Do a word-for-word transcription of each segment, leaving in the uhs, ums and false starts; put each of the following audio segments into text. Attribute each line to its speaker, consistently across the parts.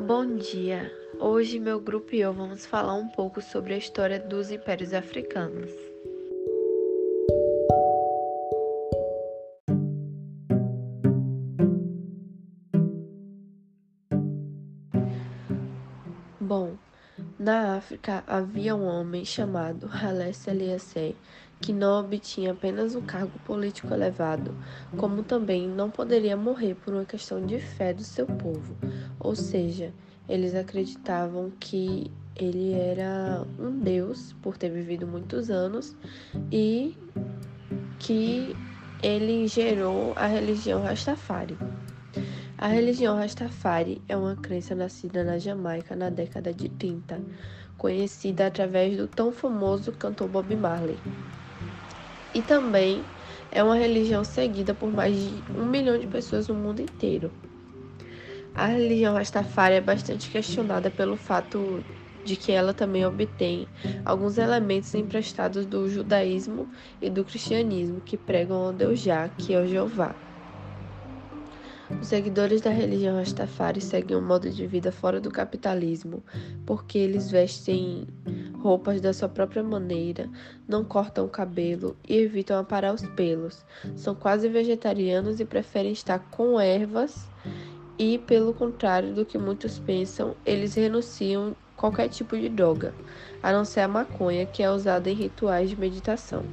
Speaker 1: Bom dia! Hoje meu grupo e eu vamos falar um pouco sobre a história dos impérios africanos. Bom, na África havia um homem chamado Haile Selassie que não obtinha apenas um cargo político elevado, como também não poderia morrer por uma questão de fé do seu povo. Ou seja, eles acreditavam que ele era um deus por ter vivido muitos anos e que ele gerou a religião Rastafari. A religião Rastafari é uma crença nascida na Jamaica na década de trinta, conhecida através do tão famoso cantor Bob Marley. E também é uma religião seguida por mais de um milhão de pessoas no mundo inteiro. A religião Rastafari é bastante questionada pelo fato de que ela também obtém alguns elementos emprestados do judaísmo e do cristianismo que pregam ao Deus Jah, que é o Jeová. Os seguidores da religião Rastafari seguem um modo de vida fora do capitalismo, porque eles vestem roupas da sua própria maneira, não cortam o cabelo e evitam aparar os pelos. São quase vegetarianos e preferem estar com ervas e, pelo contrário do que muitos pensam, eles renunciam a qualquer tipo de droga, a não ser a maconha, que é usada em rituais de meditação.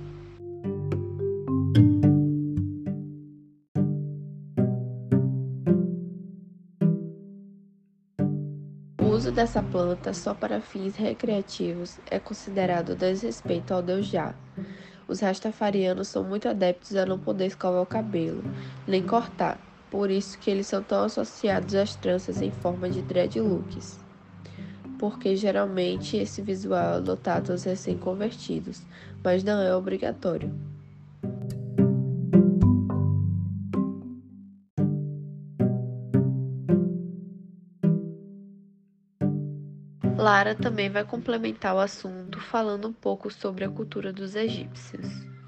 Speaker 1: O uso dessa planta só para fins recreativos é considerado desrespeito ao Deus Jah. Os rastafarianos são muito adeptos a não poder escovar o cabelo, nem cortar, por isso que eles são tão associados às tranças em forma de dreadlocks, porque geralmente esse visual é adotado aos recém-convertidos, mas não é obrigatório. Lara também vai complementar o assunto falando um pouco sobre a cultura dos egípcios.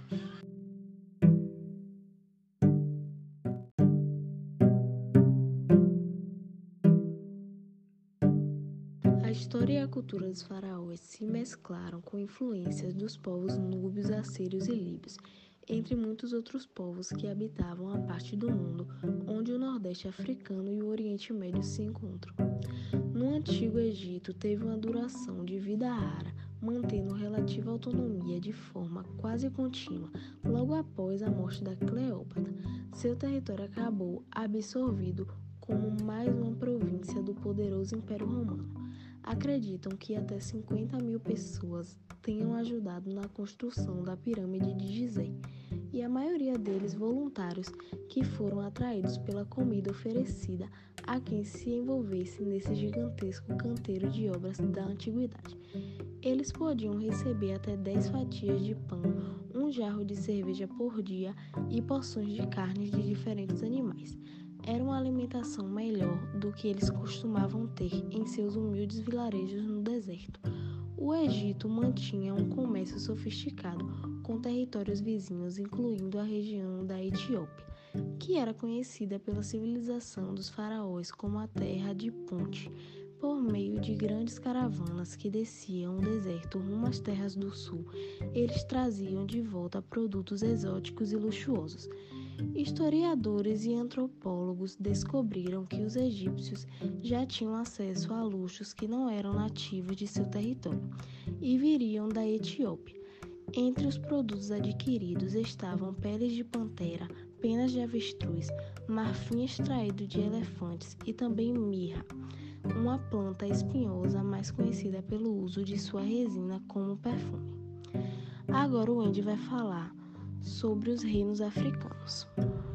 Speaker 2: A história e a cultura dos faraós se mesclaram com influências dos povos núbios, assírios e líbios, entre muitos outros povos que habitavam a parte do mundo onde o Nordeste africano e o Oriente Médio se encontram. No Antigo Egito teve uma duração de vida rara, mantendo relativa autonomia de forma quase contínua. Logo após a morte da Cleópatra, seu território acabou absorvido como mais uma província do poderoso Império Romano. Acreditam que até cinquenta mil pessoas tenham ajudado na construção da pirâmide de Gizé, e a maioria deles voluntários que foram atraídos pela comida oferecida a quem se envolvesse nesse gigantesco canteiro de obras da antiguidade. Eles podiam receber até dez fatias de pão, um jarro de cerveja por dia e porções de carnes de diferentes animais. Era uma alimentação melhor do que eles costumavam ter em seus humildes vilarejos no deserto. O Egito mantinha um comércio sofisticado com territórios vizinhos, incluindo a região da Etiópia, que era conhecida pela civilização dos faraós como a Terra de Ponte, por meio de grandes caravanas que desciam o deserto rumo às terras do sul. Eles traziam de volta produtos exóticos e luxuosos. Historiadores e antropólogos descobriram que os egípcios já tinham acesso a luxos que não eram nativos de seu território e viriam da Etiópia. Entre os produtos adquiridos estavam peles de pantera, penas de avestruz, marfim extraído de elefantes e também mirra, uma planta espinhosa mais conhecida pelo uso de sua resina como perfume. Agora o Andy vai falar sobre os reinos africanos.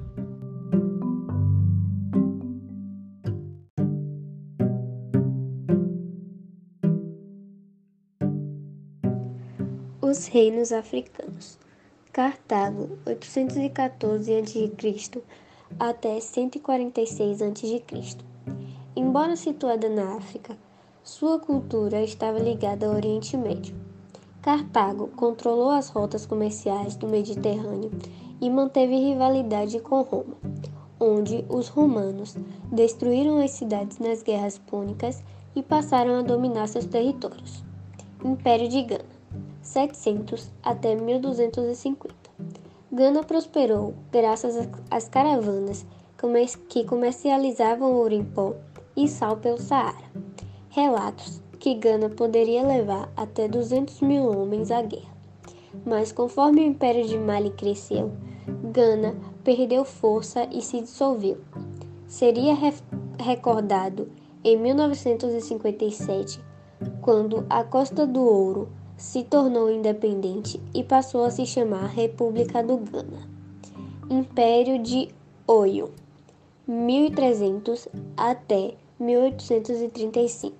Speaker 3: Os reinos africanos. Cartago, oitocentos e quatorze antes de Cristo até cento e quarenta e seis antes de Cristo. Embora situada na África, sua cultura estava ligada ao Oriente Médio. Cartago controlou as rotas comerciais do Mediterrâneo e manteve rivalidade com Roma. onde os romanos destruíram as cidades nas guerras púnicas e passaram a dominar seus territórios. Império de Gana, setecentos até mil duzentos e cinquenta. Gana prosperou graças às caravanas que comercializavam ouro em pó e sal pelo Saara. Relatos que Gana poderia levar até duzentos mil homens à guerra. Mas conforme o Império de Mali cresceu, Gana perdeu força e se dissolveu. Seria re- recordado em mil novecentos e cinquenta e sete, quando a Costa do Ouro se tornou independente e passou a se chamar República do Gana. Império de Oyo, mil e trezentos até mil oitocentos e trinta e cinco.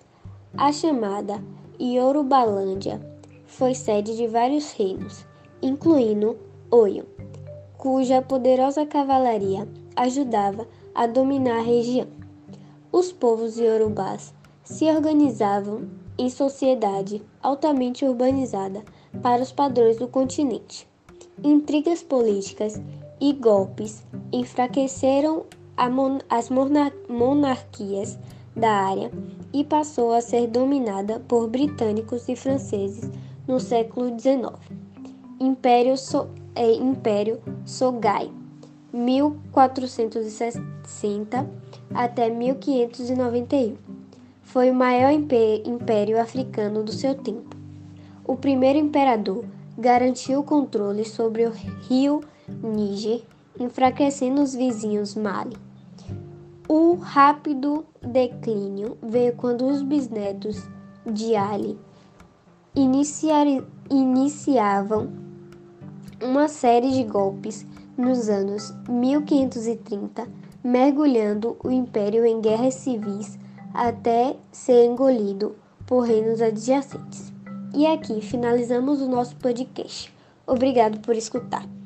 Speaker 3: A chamada Yorubalândia foi sede de vários reinos, incluindo Oyo, cuja poderosa cavalaria ajudava a dominar a região. Os povos iorubás se organizavam em sociedade altamente urbanizada para os padrões do continente. Intrigas políticas e golpes enfraqueceram mon- as monar- monarquias da área e passou a ser dominada por britânicos e franceses no século dezenove. Império, so- é, Império Sogai, mil quatrocentos e sessenta até mil quinhentos e noventa e um. Foi o maior império africano do seu tempo. O primeiro imperador garantiu o controle sobre o rio Níger, enfraquecendo os vizinhos Mali. O rápido declínio veio quando os bisnetos de Ali iniciari- iniciavam uma série de golpes nos anos mil quinhentos e trinta, mergulhando o império em guerras civis até ser engolido por reinos adjacentes. E aqui finalizamos o nosso podcast. Obrigado por escutar.